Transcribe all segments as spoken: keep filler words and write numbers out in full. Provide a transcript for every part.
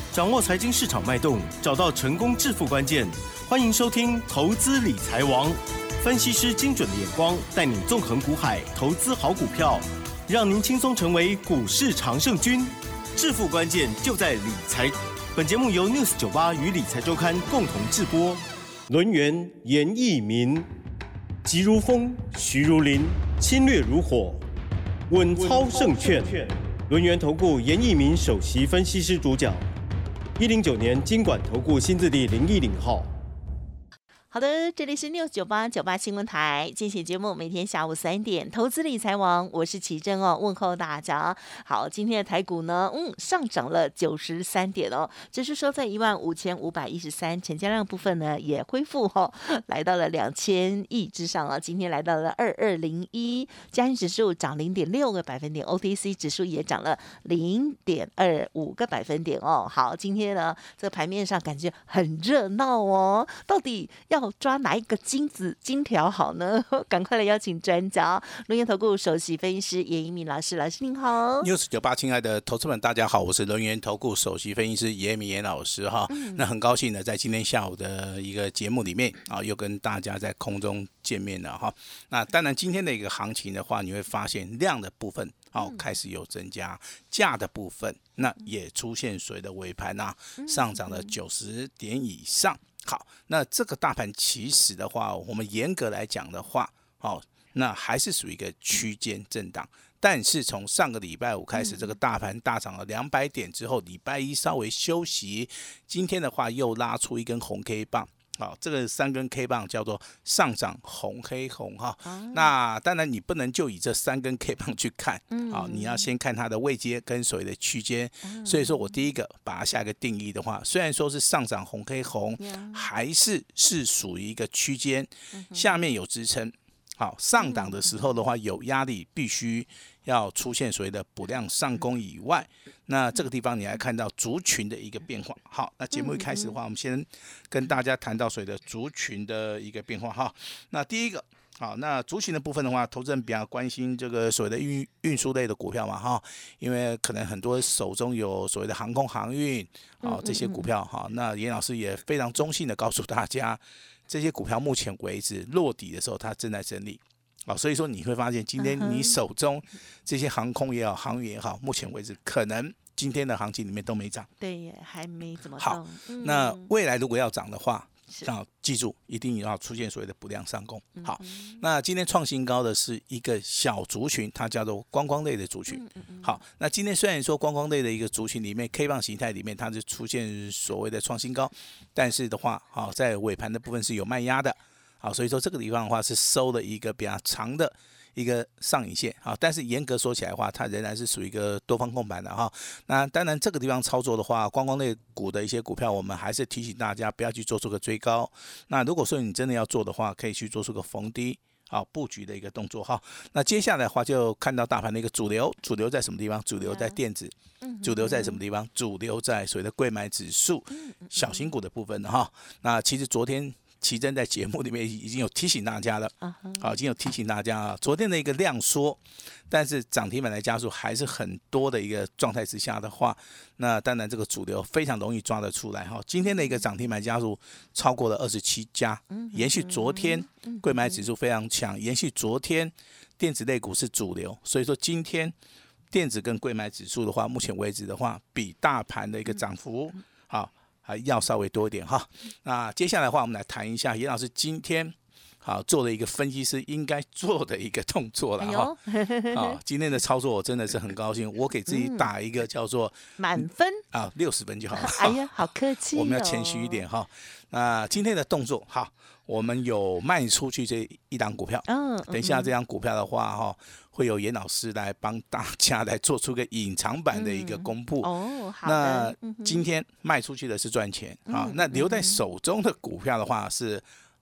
掌握财经市场脉动，找到成功致富关键。欢迎收听《投资理财王》，分析师精准的眼光，带你纵横股海，投资好股票，让您轻松成为股市常胜军。致富关键就在理财。本节目由 News 九八与理财周刊共同制播。轮源严义民，急如风，徐如林，侵略如火，稳操胜券。轮源投顾严义民首席分析师主讲。一零九年金管投顾新字第零一零号。 好的，这里是 News 九八九八新闻台，进行节目，每天下午三点，投资理财王，我是奇珍哦，问候大家。好，今天的台股呢，嗯，上涨了九十三点哦，指数收在一万五千五百一十三，成交量部分呢也恢复哦，来到了两千亿之上啊，今天来到了二二零一，加权指数涨零点六个百分点 ，O T C 指数也涨了零点二五个百分点哦。好，今天呢，这个盘面上感觉很热闹哦，到底要要抓哪一个金子金条好呢？赶快来邀请专家，轮源投顾首席分析师严一鸣老师，老师您好。 News 九八，亲爱的投资们，大家好，我是轮源投顾首席分析师严一鸣严老师哈、嗯。那很高兴呢，在今天下午的一个节目里面啊，又跟大家在空中见面了哈。那当然，今天的一个行情的话，你会发现量的部分哦开始有增加，价的部分那也出现所谓的尾盘啊，上涨了九十点以上。好，那这个大盘其实的话，我们严格来讲的话，哦，那还是属于一个区间震荡。但是从上个礼拜五开始，这个大盘大涨了两百点之后，礼拜一稍微休息，今天的话又拉出一根红 K 棒。好，这个三根 K 棒叫做上涨红黑红哈、哦。那当然你不能就以这三根 K 棒去看，好，你要先看它的位阶跟所谓的区间。所以说我第一个把它下一个定义的话，虽然说是上涨红黑红，还是是属于一个区间，下面有支撑。好，上档的时候的话有压力，必须要出现所谓的补量上攻以外，那这个地方你还看到族群的一个变化。好，那节目一开始的话，我们先跟大家谈到所谓的族群的一个变化哈。那第一个，好，那族群的部分的话，投资人比较关心这个所谓的运运输类的股票嘛哈，因为可能很多手中有所谓的航空航运啊这些股票哈，那严老师也非常中性的告诉大家。这些股票目前为止落底的时候，它正在整理，哦，所以说你会发现，今天你手中这些航空也好、航运也好，目前为止可能今天的行情里面都没涨， 对耶，还没怎么动。 好，嗯、那未来如果要涨的话，要记住，一定要出现所谓的补量上攻。好，那今天创新高的是一个小族群，它叫做观光类的族群。好，那今天虽然说观光类的一个族群里面 K 棒形态里面它是出现所谓的创新高，但是的话，好，在尾盘的部分是有卖压的。好，所以说这个地方的话是收了一个比较长的一个上影线，好，但是严格说起来的话，它仍然是属于一个多方控盘的哈。那当然这个地方操作的话，观光类股的一些股票，我们还是提醒大家不要去做出个追高。那如果说你真的要做的话，可以去做出个逢低好布局的一个动作哈。那接下来的话就看到大盘的一个主流，主流在什么地方？主流在电子，主流在什么地方？主流在所谓的柜买指数，小型股的部分哈。那其实昨天奇珍在节目里面已经有提醒大家了，好，已经有提醒大家了。昨天的一个量缩，但是涨停板的家数还是很多的一个状态之下的话，那当然这个主流非常容易抓得出来哈。今天的一个涨停板家数超过了二十七家，延续昨天柜买指数非常强，延续昨天电子类股是主流，所以说今天电子跟柜买指数的话，目前为止的话，比大盘的一个涨幅好。还要稍微多一点哈。那接下来的话，我们来谈一下严老师今天好做的一个分析师应该做的一个动作了哈。好，今天的操作我真的是很高兴，我给自己打一个叫做满分啊，六十分就好了。 哎呀，好客气哦。 我们要谦虚一点哈。那今天的动作好，我们有卖出去这一档股票，嗯，等一下这档股票的话哈，会有严老师来帮大家来做出个隐藏版的一个公布。 嗯、哦，好的。那今天卖出去的是赚钱啊、嗯，那留在手中的股票的话是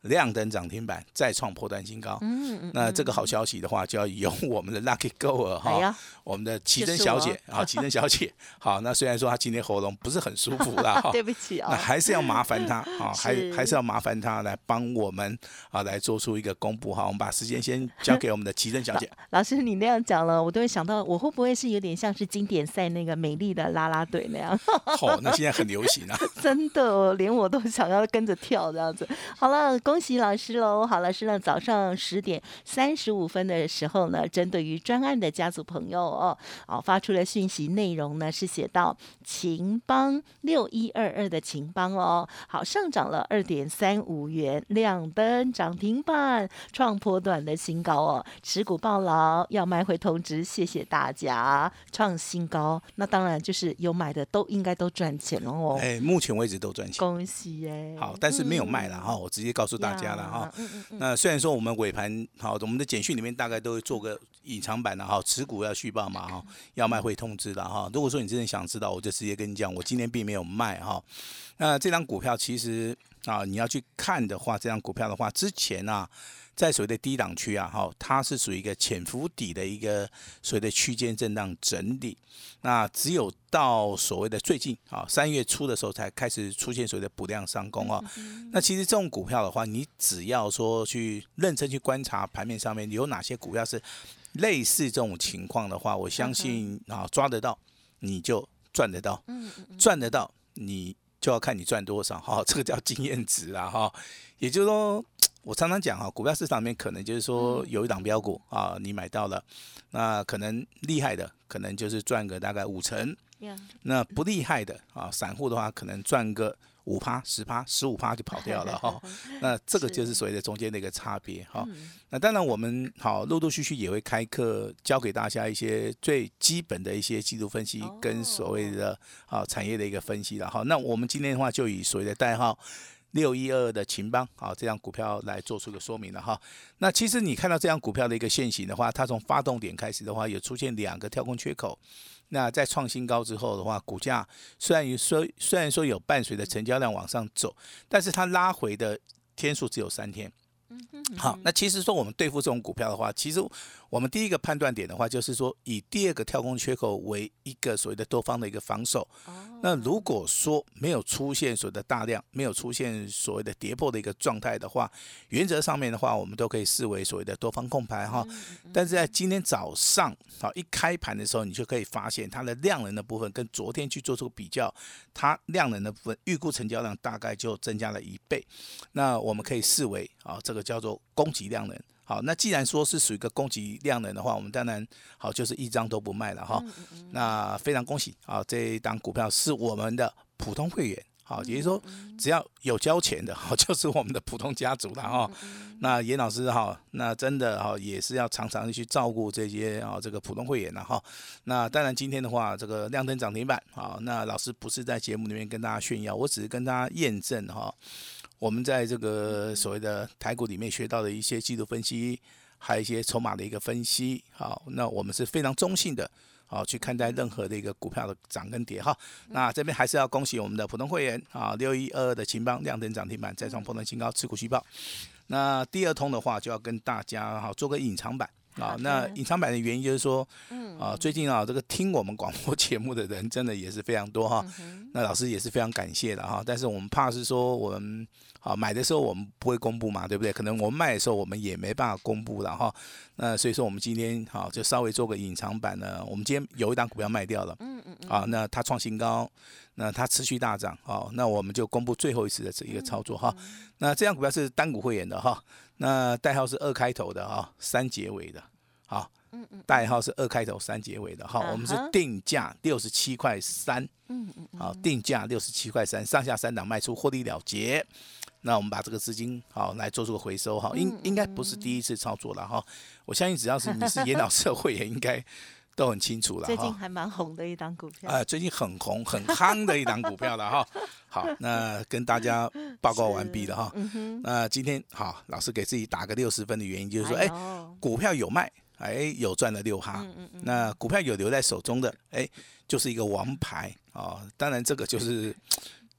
亮灯涨停板，再创波段新高。 嗯嗯， 那这个好消息的话，就要由我们的 Lucky Girl 哈、哎，我们的奇珍小姐啊，奇珍小姐，好，那虽然说她今天喉咙不是很舒服啦， 对不起啊、哦， 那还是要麻烦她啊，还还是要麻烦她来帮我们啊，来做出一个公布哈。我们把时间先交给我们的奇珍小姐。 老师，你那样讲了，我都会想到，我会不会是有点像是经典赛那个美丽的啦啦队那样？ 哦，那现在很流行啊， 真的，连我都想要跟着跳这样子。好了，恭喜老师喽！好，老师呢，早上十点三十五分的时候呢，针对于专案的家族朋友哦，哦发出了讯息，内容呢是写到秦邦六一二二的秦邦哦，好上涨了二点三五元，亮灯涨停板，创波段的新高哦，持股抱牢，要买回通知，谢谢大家，创新高，那当然就是有买的都应该都赚钱了哦。 哎，目前为止都赚钱， 恭喜哎！ 好，但是没有卖了哈、嗯，我直接告诉大家了哈。嗯嗯嗯、那虽然说我们尾盘好，我们的简讯里面大概都会做个隐藏版的哈，持股要续报嘛哈，要卖会通知的哈。如果说你真的想知道，我就直接跟你讲，我今天并没有卖哈。那这张股票其实啊，你要去看的话，这张股票的话，之前啊。在所谓的低档区啊，哈，它是属于一个潜伏底的一个所谓的区间震荡整理。那只有到所谓的最近啊，三月初的时候才开始出现所谓的补量上攻啊。那其实这种股票的话，你只要说去认真去观察盘面上面有哪些股票是类似这种情况的话，我相信啊，抓得到你就赚得到，赚得到你就要看你赚多少哈，这个叫经验值啦哈，也就是说。我常常讲哈，股票市场里面可能就是说有一档标股啊，你买到了，那可能厉害的可能就是赚个大概五成，那不厉害的啊，散户的话可能赚个五趴、十趴、十五趴就跑掉了哈。那这个就是所谓的中间的一个差别哈。那当然我们好陆陆续续也会开课，教给大家一些最基本的一些技术分析跟所谓的啊产业的一个分析了哈。那我们今天的话就以所谓的代号。六一二二的秦邦啊，这张股票来做出个说明了哈。那其实你看到这张股票的一个现形的话，它从发动点开始的话，有出现两个跳空缺口。那在创新高之后的话，股价虽然说虽然说有伴随着成交量往上走，但是它拉回的天数只有三天。好，那其实说我们对付这种股票的话，其实我们第一个判断点的话，就是说以第二个跳空缺口为一个所谓的多方的一个防守。那如果说没有出现所谓的大量，没有出现所谓的跌破的一个状态的话，原则上面的话，我们都可以视为所谓的多方控盘哈。但是在今天早上好一开盘的时候，你就可以发现它的量能的部分跟昨天去做出比较，它量能的部分预估成交量大概就增加了一倍。那我们可以视为啊，这个叫做攻击量能。好，那既然说是属于一个攻击量能的话，我们当然好就是一张都不卖了哈。那非常恭喜啊，这一档股票是我们的普通会员，好，也就是说只要有交钱的，好就是我们的普通家族了哈。那严老师哈，那真的哈也是要常常去照顾这些啊这个普通会员了哈。那当然今天的话，这个亮灯涨停板啊，那老师不是在节目里面跟大家炫耀，我只是跟大家验证哈。我们在这个所谓的台股里面学到的一些技术分析，还有一些筹码的一个分析，好，那我们是非常中性的，好去看待任何的一个股票的涨跟跌哈。那这边还是要恭喜我们的普通会员啊，六一二二的秦邦亮灯涨停板，再创波段新高，持股续报。那第二通的话，就要跟大家好做个隐藏版。啊，那隐藏版的原因就是说，啊，最近啊，这个听我们广播节目的人真的也是非常多哈。那老师也是非常感谢的哈。但是我们怕是说，我们啊买的时候我们不会公布嘛，对不对？可能我们卖的时候我们也没办法公布了哈。那所以说我们今天好就稍微做个隐藏版呢。我们今天有一档股票卖掉了，啊，那它创新高，那它持续大涨，好，那我们就公布最后一次的这一个操作哈。那这张股票是单股会员的哈。那代号是二开头的哈，三结尾的，好，代号是二开头三结尾的，好，我们是定价六十七块三，好，定价六十七块三，上下三档卖出获利了结。那我们把这个资金好来做出个回收哈，应应该不是第一次操作了哈，我相信只要是你是严老师的会员，应该都很清楚了。 最近还蛮红的一档股票， 啊、呃，最近很红很夯的一档股票了哈。好，那跟大家报告完毕了哈。嗯、那今天好，老师给自己打个六十分的原因就是说，哎、欸，股票有卖，哎，有赚了六哈、嗯嗯。那股票有留在手中的，哎，就是一个王牌啊、哦。当然这个就是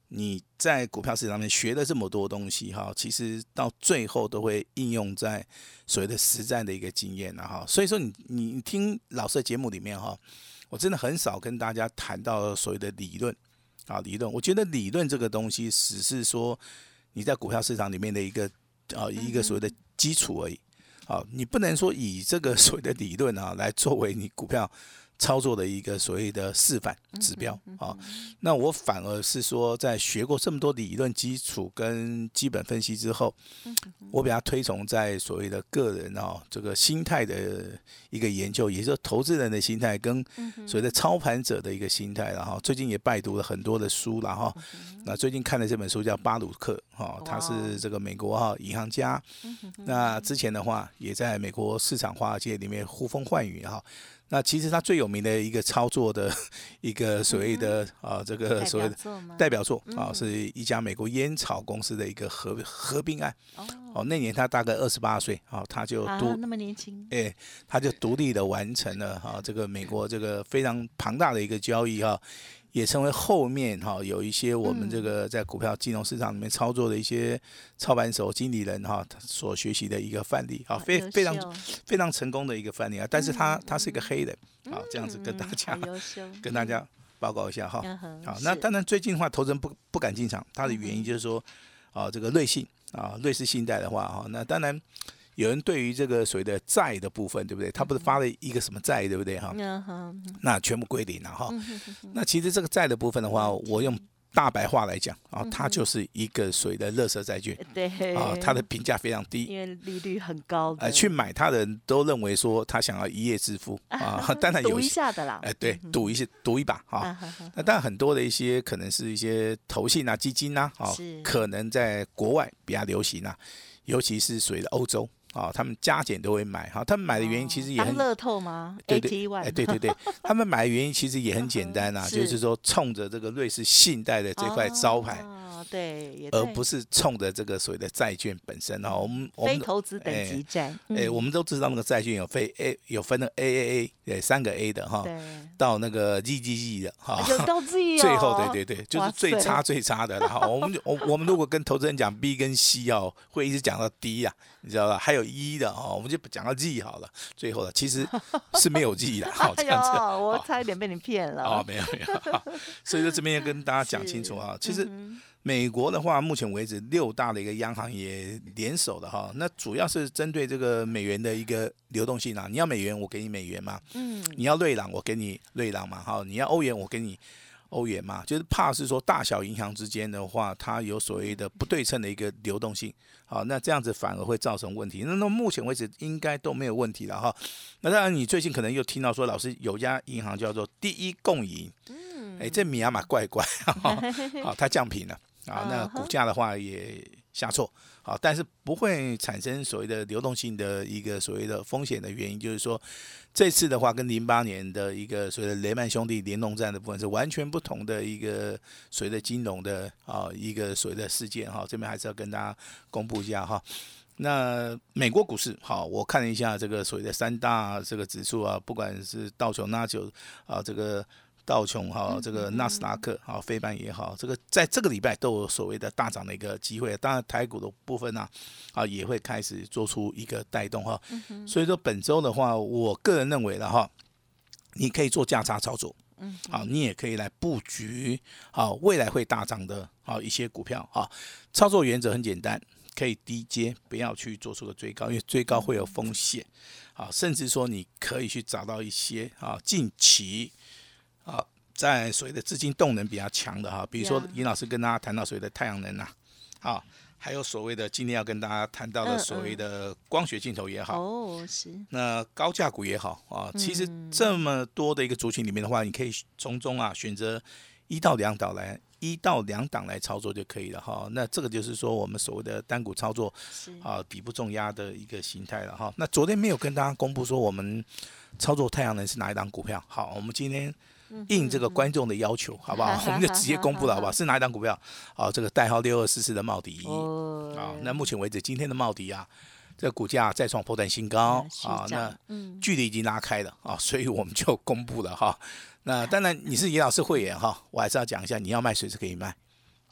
你在股票市场上面学了这么多东西哈，其实到最后都会应用在所谓的实战的一个经验哈。所以说你你听老师的节目里面哈，我真的很少跟大家谈到所谓的理论啊理论。我觉得理论这个东西只是说你在股票市场里面的一个啊一个所谓的基础而已。啊，你不能说以这个所谓的理论啊来作为你股票操作的一个所谓的示范指标啊，那我反而是说，在学过这么多理论基础跟基本分析之后，我比较推崇在所谓的个人啊这个心态的一个研究，也就是说投资人的心态跟所谓的操盘者的一个心态，然后最近也拜读了很多的书了哈。那最近看的这本书叫巴鲁克哈，他是这个美国哈银行家，那之前的话也在美国市场华尔街里面呼风唤雨哈。那其实他最有名的一个操作的一个所谓的啊这个所谓的代表作啊，是一家美国烟草公司的一个合合并案。哦，那年他大概二十八岁，啊，他就独那么年轻， 哎，他就独立的完成了啊这个美国这个非常庞大的一个交易哈。也成为后面哈有一些我们这个在股票金融市场里面操作的一些操盘手、经理人哈所学习的一个范例啊，非非常非常成功的一个范例啊。但是他他是一个黑人啊，这样子跟大家跟大家报告一下哈。好，那当然最近的话，投资人不不敢进场，他的原因就是说啊，这个瑞信啊，瑞士信贷的话哈，那当然。有人对于这个所谓的债的部分，对不对？他不是发了一个什么债，对不对哈？那全部归零了哈。那其实这个债的部分的话，我用大白话来讲啊，它就是一个所谓的垃圾债券。 对啊，它的评价非常低， 因为利率很高的。 呃，去买它的人都认为说他想要一夜致富啊，当然有赌一下的啦。 哎，对，赌一些赌一把哈。那当然很多的一些可能是一些投信啊、基金啊，啊，可能在国外比较流行啊，尤其是所谓的欧洲。哦，他们加减都会买哈，他们买的原因其实也很当乐透吗？ 对对，哎对对对，他们买的原因其实也很简单啊，就是说冲着这个瑞士信贷的这块招牌。 哦，对， 而不是冲着这个所谓的债券本身哈，我们非投资等级债， 哎、嗯欸，我们都知道那个债券有非 A 有分了 A A A 对三个 A 的哈，到那个 G G G 的哈， 有到 G 哦，最后对对对，就是最差最差的了哈。我们我我们如果跟投资人讲 B 跟 C 哦，会一直讲到 D 啊，你知道吧？还有 E 的哦，我们就讲到 G 好了，最后的其实是没有 G 的，好这样子。 我差一点被你骗了。 哦，没有没有，所以说这边要跟大家讲清楚啊，其实。美国的话，目前为止六大的一个央行也联手了哈，那主要是针对这个美元的一个流动性啊。你要美元，我给你美元嘛；嗯，你要瑞郎，我给你瑞郎嘛。哈，你要欧元，我给你欧元嘛。就是怕是说大小银行之间的话，它有所谓的不对称的一个流动性。好，那这样子反而会造成问题。那那目前为止应该都没有问题了哈。那当然，你最近可能又听到说，老师有家银行叫做第一共赢，嗯，哎，这米亚马怪怪，好，它降频了。啊，那股价的话也下挫，好，但是不会产生所谓的流动性的一个所谓的风险的原因，就是说这次的话跟零八年的一个所谓的雷曼兄弟联动战的部分是完全不同的一个所谓的金融的啊一个所谓的事件哈，这边还是要跟大家公布一下哈。那美国股市好，我看了一下这个所谓的三大这个指数啊，不管是道琼纳九啊这个。道琼哈，这个纳斯达克哈，费半也好，这个在这个礼拜都有所谓的大涨的一个机会。当然，台股的部分呢、啊，啊也会开始做出一个带动哈。所以说本周的话，我个人认为了哈，你可以做价差操作，好，你也可以来布局好未来会大涨的好一些股票哈。操作原则很简单，可以低接，不要去做出个追高，因为追高会有风险。好，甚至说你可以去找到一些啊近期。啊，在所谓的资金动能比较强的哈，比如说尹老师跟大家谈到所谓的太阳能啊，啊，还有所谓的今天要跟大家谈到的所谓的光学镜头也好， 哦是， 那高价股也好啊，其实这么多的一个族群里面的话，你可以从中啊选择一到两档来一到两档来操作就可以了哈。那这个就是说我们所谓的单股操作啊，底部重压的一个形态了哈。那昨天没有跟大家公布说我们操作太阳能是哪一档股票，好，我们今天。应这个观众的要求，好不好？我们就直接公布了，好不好？是哪一档股票？好，这个代号六二四四的茂迪。哦。好，那目前为止，今天的茂迪啊，这个股价再创波段新高啊，那距离已经拉开了啊，所以我们就公布了哈。那当然，你是严老师会员哈，我还是要讲一下，你要卖随时可以卖。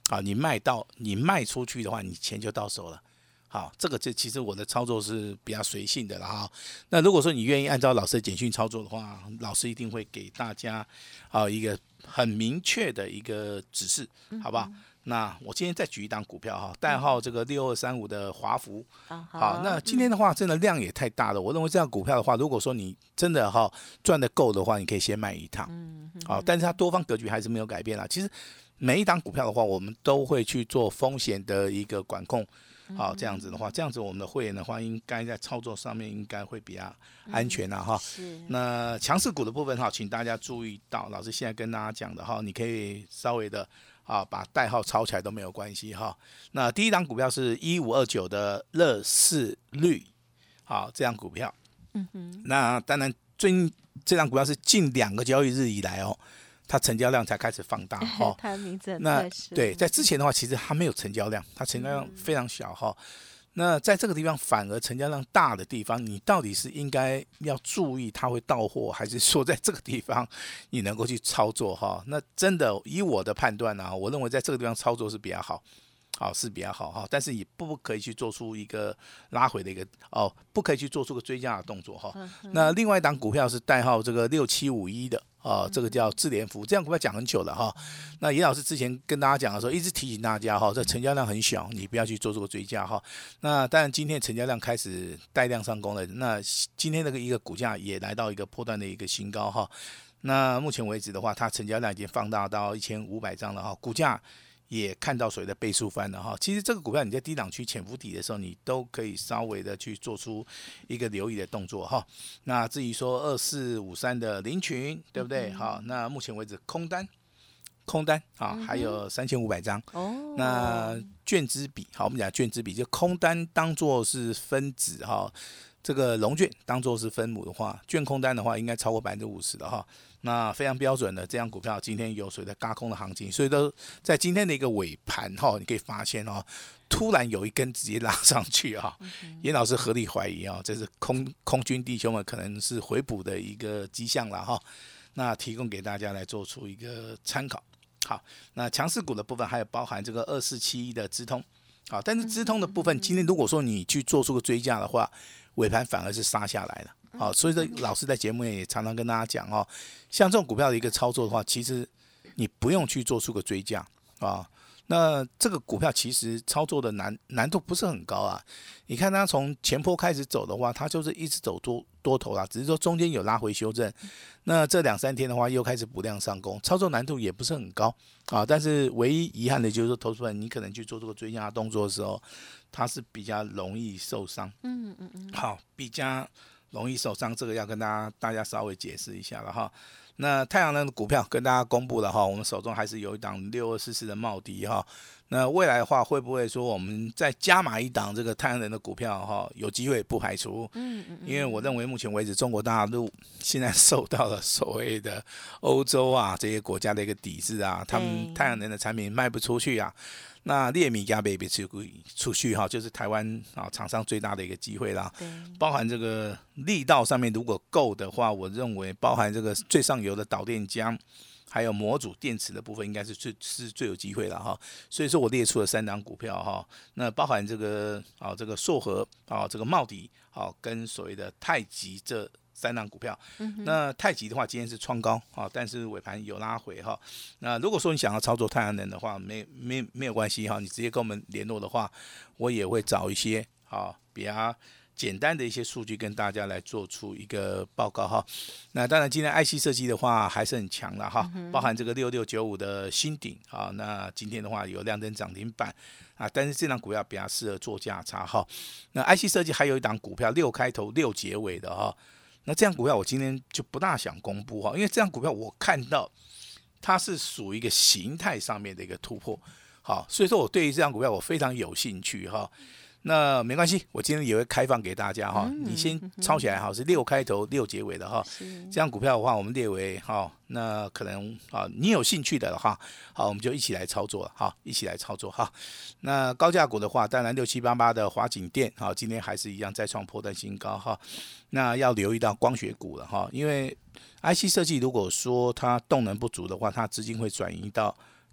好，你卖到你卖出去的话，你钱就到手了。好，这个这其实我的操作是比较随性的了哈。那如果说你愿意按照老师的简讯操作的话，老师一定会给大家啊一个很明确的一个指示，好不好？嗯、那我今天再举一档股票哈，代号这个六二三五的华孚。好，那今天的话真的量也太大了，我认为这样股票的话，如果说你真的哈赚得够的话，你可以先卖一趟。好，但是它多方格局还是没有改变啦。其实每一档股票的话，我们都会去做风险的一个管控。好，这样子的话，这样子我们的会员的话，应该在操作上面应该会比较安全啦哈。 是。 那强势股的部分哈，请大家注意到，老师现在跟大家讲的哈，你可以稍微的啊把代号抄起来都没有关系哈。那第一档股票是一五二九的乐视绿，好，这档股票。嗯哼。那当然，最近这档股票是近两个交易日以来哦。它成交量才开始放大哈， 它的名字很那对，在之前的话，其实它没有成交量，它成交量非常小哈。嗯、那在这个地方反而成交量大的地方，你到底是应该要注意它会到货，还是说在这个地方你能够去操作哈？那真的以我的判断啊，我认为在这个地方操作是比较好。好是比较好哈，但是也不可以去做出一个拉回的一个哦，不可以去做出个追加的动作哈。嗯、那另外一档股票是代号这个六七五一的啊，这个叫智联福，这样股票讲很久了哈。那严老师之前跟大家讲的时候，一直提醒大家哈，这成交量很小，你不要去做这个追加哈。那当然今天成交量开始带量上攻了，那今天这个一个股价也来到一个波段的一个新高哈。那目前为止的话，它成交量已经放大到一千五百张了哈，股价也看到所谓的倍数翻了哈，其实这个股票你在低档区潜伏底的时候，你都可以稍微的去做出一个留意的动作哈。那至于说二四五三的林群，对不对？好，那目前为止空单，空单啊，还有三千五百张。哦。那券资比，好，我们讲券资比，就空单当做是分子哈，这个融券当做是分母的话，券空单的话应该超过百分之五十的哈。那非常标准的这样股票，今天有所谓的軋空的行情，所以都在今天的一个尾盘哈，你可以发现哦，突然有一根直接拉上去啊，严老师合理怀疑啊，这是空空军弟兄们可能是回补的一个迹象了哈。那提供给大家来做出一个参考。好，那强势股的部分还有包含这个二四七一的资通，好，但是资通的部分，今天如果说你去做出个追价的话，尾盘反而是杀下来了。好，所以说老师在节目也常常跟大家讲哦，像这种股票的一个操作的话，其实你不用去做出个追价啊。那这个股票其实操作的难难度不是很高啊。你看它从前波开始走的话，它就是一直走多多头啦，只是说中间有拉回修正。那这两三天的话又开始补量上攻，操作难度也不是很高啊。但是唯一遗憾的就是说，投资人你可能去做这个追加动作的时候，它是比较容易受伤。嗯嗯嗯。好，比较容易受伤，这个要跟大家大家稍微解释一下了哈。那太阳能的股票跟大家公布了哈，我们手中还是有一档六二四四的茂迪哈。那未来的话，会不会说我们再加码一档这个太阳能的股票哈？有机会不排除。嗯嗯嗯。因为我认为目前为止，中国大陆现在受到了所谓的欧洲啊这些国家的一个抵制啊，他们太阳能的产品卖不出去啊。那列米加贝贝出去哈，就是台湾啊厂商最大的一个机会啦。包含这个力道上面如果够的话，我认为包含这个最上游的导电浆，还有模组电池的部分，应该是最是最有机会了哈。所以说我列出了三档股票哈，那包含这个啊这个硕和啊这个茂迪啊跟所谓的太极这三档股票，那太极的话今天是创高啊，但是尾盘有拉回哈。那如果说你想要操作太阳能的话，没没没有关系哈，你直接跟我们联络的话，我也会找一些啊比较简单的一些数据跟大家来做出一个报告哈。那当然今天 I C 设计的话还是很强了哈，包含这个六六九五的新鼎啊，那今天的话有亮灯涨停板啊，但是这档股票比较适合做价差哈。那 I C 设计还有一档股票六开头六结尾的哈。那这样股票我今天就不大想公布哈，因为这样股票我看到它是属于一个形态上面的一个突破，好，所以说我对于这样股票我非常有兴趣哈。那没关系，我今天也会开放给大家哈，嗯、你先抄起来哈，是六开头六结尾的哈。这样股票的话，我们列为哈，那可能啊，你有兴趣的哈，好，我们就一起来操作哈，一起来操作哈。那高价股的话，当然六七八八的华景电哈，今天还是一样再创波段新高哈。那要留意到光学股了哈，因为 I C 设计如果说它动能不足的话，它资金会转移到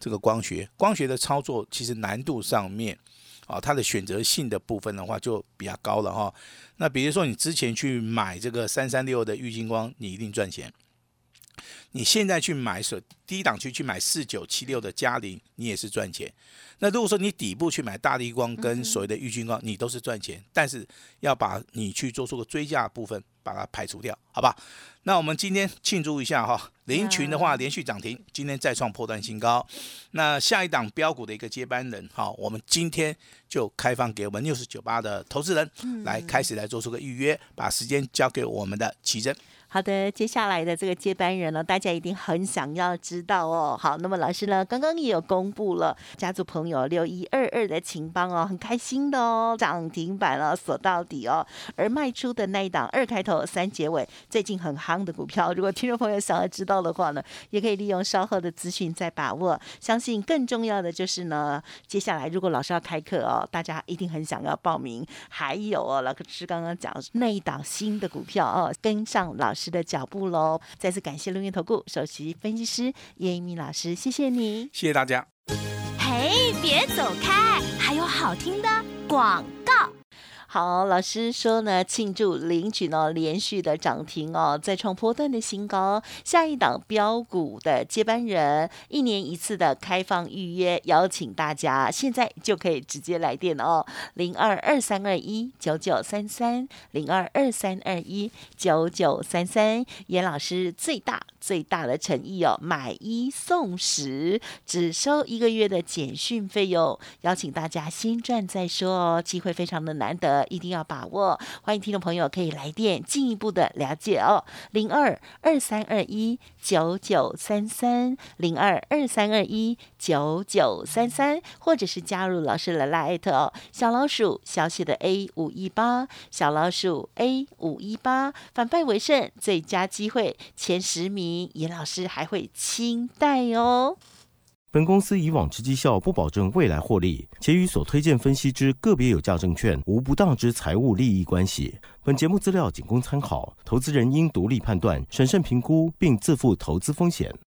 这个光学，光学的操作其实难度上面。啊，它的选择性的部分的话就比较高了哈。那比如说你之前去买这个三三六的玉晶光，你一定赚钱。你现在去买所低档区去买四九七六的嘉陵，你也是赚钱。那如果说你底部去买大立光跟所谓的玉晶光，你都是赚钱，但是要把你去做出个追价的部分，把它排除掉，好吧？那我们今天庆祝一下哈，凌群的话连续涨停，今天再创波段新高。那下一档标股的一个接班人，哈，我们今天就开放给我们六四九八的投资人来开始来做出个预约，把时间交给我们的奇珍。 好的，接下来的这个接班人呢，大家一定很想要知道哦。好，那么老师呢，刚刚也有公布了家族朋友六一二二的秦邦哦，很开心的哦，涨停板了，锁到底哦。而卖出的那一档二开头三结尾，最近很夯的股票，如果听众朋友想要知道的话呢，也可以利用稍后的资讯再把握。相信更重要的就是呢，接下来如果老师要开课哦，大家一定很想要报名。还有哦，老师刚刚讲那一档新的股票哦，跟上老师的脚步喽！再次感谢龙岩投顾首席分析师叶一鸣老师，谢谢你， 谢谢大家。 嘿，别走开，还有好听的广告。 好，老师说呢，庆祝凌群哦连续的涨停哦，再创波段的新高。下一档标股的接班人，一年一次的开放预约，邀请大家现在就可以直接来电哦，零二二三二一九九三三，零二二三二一九九三三。严老师最大最大的诚意哦，买一送十，只收一个月的简讯费用，邀请大家先赚再说哦，机会非常的难得。一定要把握，欢迎听众朋友可以来电进一步的了解哦，零二二三二一九九三三，零二二三二一九九三三，或者是加入老师的 LINE 哦，小老鼠小写的 A 五一八，小老鼠 A 五一八，反败为胜，最佳机会前十名，严老师还会清代哦。 本公司以往之绩效不保证未来获利，且与所推荐分析之个别有价证券无不当之财务利益关系。本节目资料仅供参考，投资人应独立判断、审慎评估，并自负投资风险。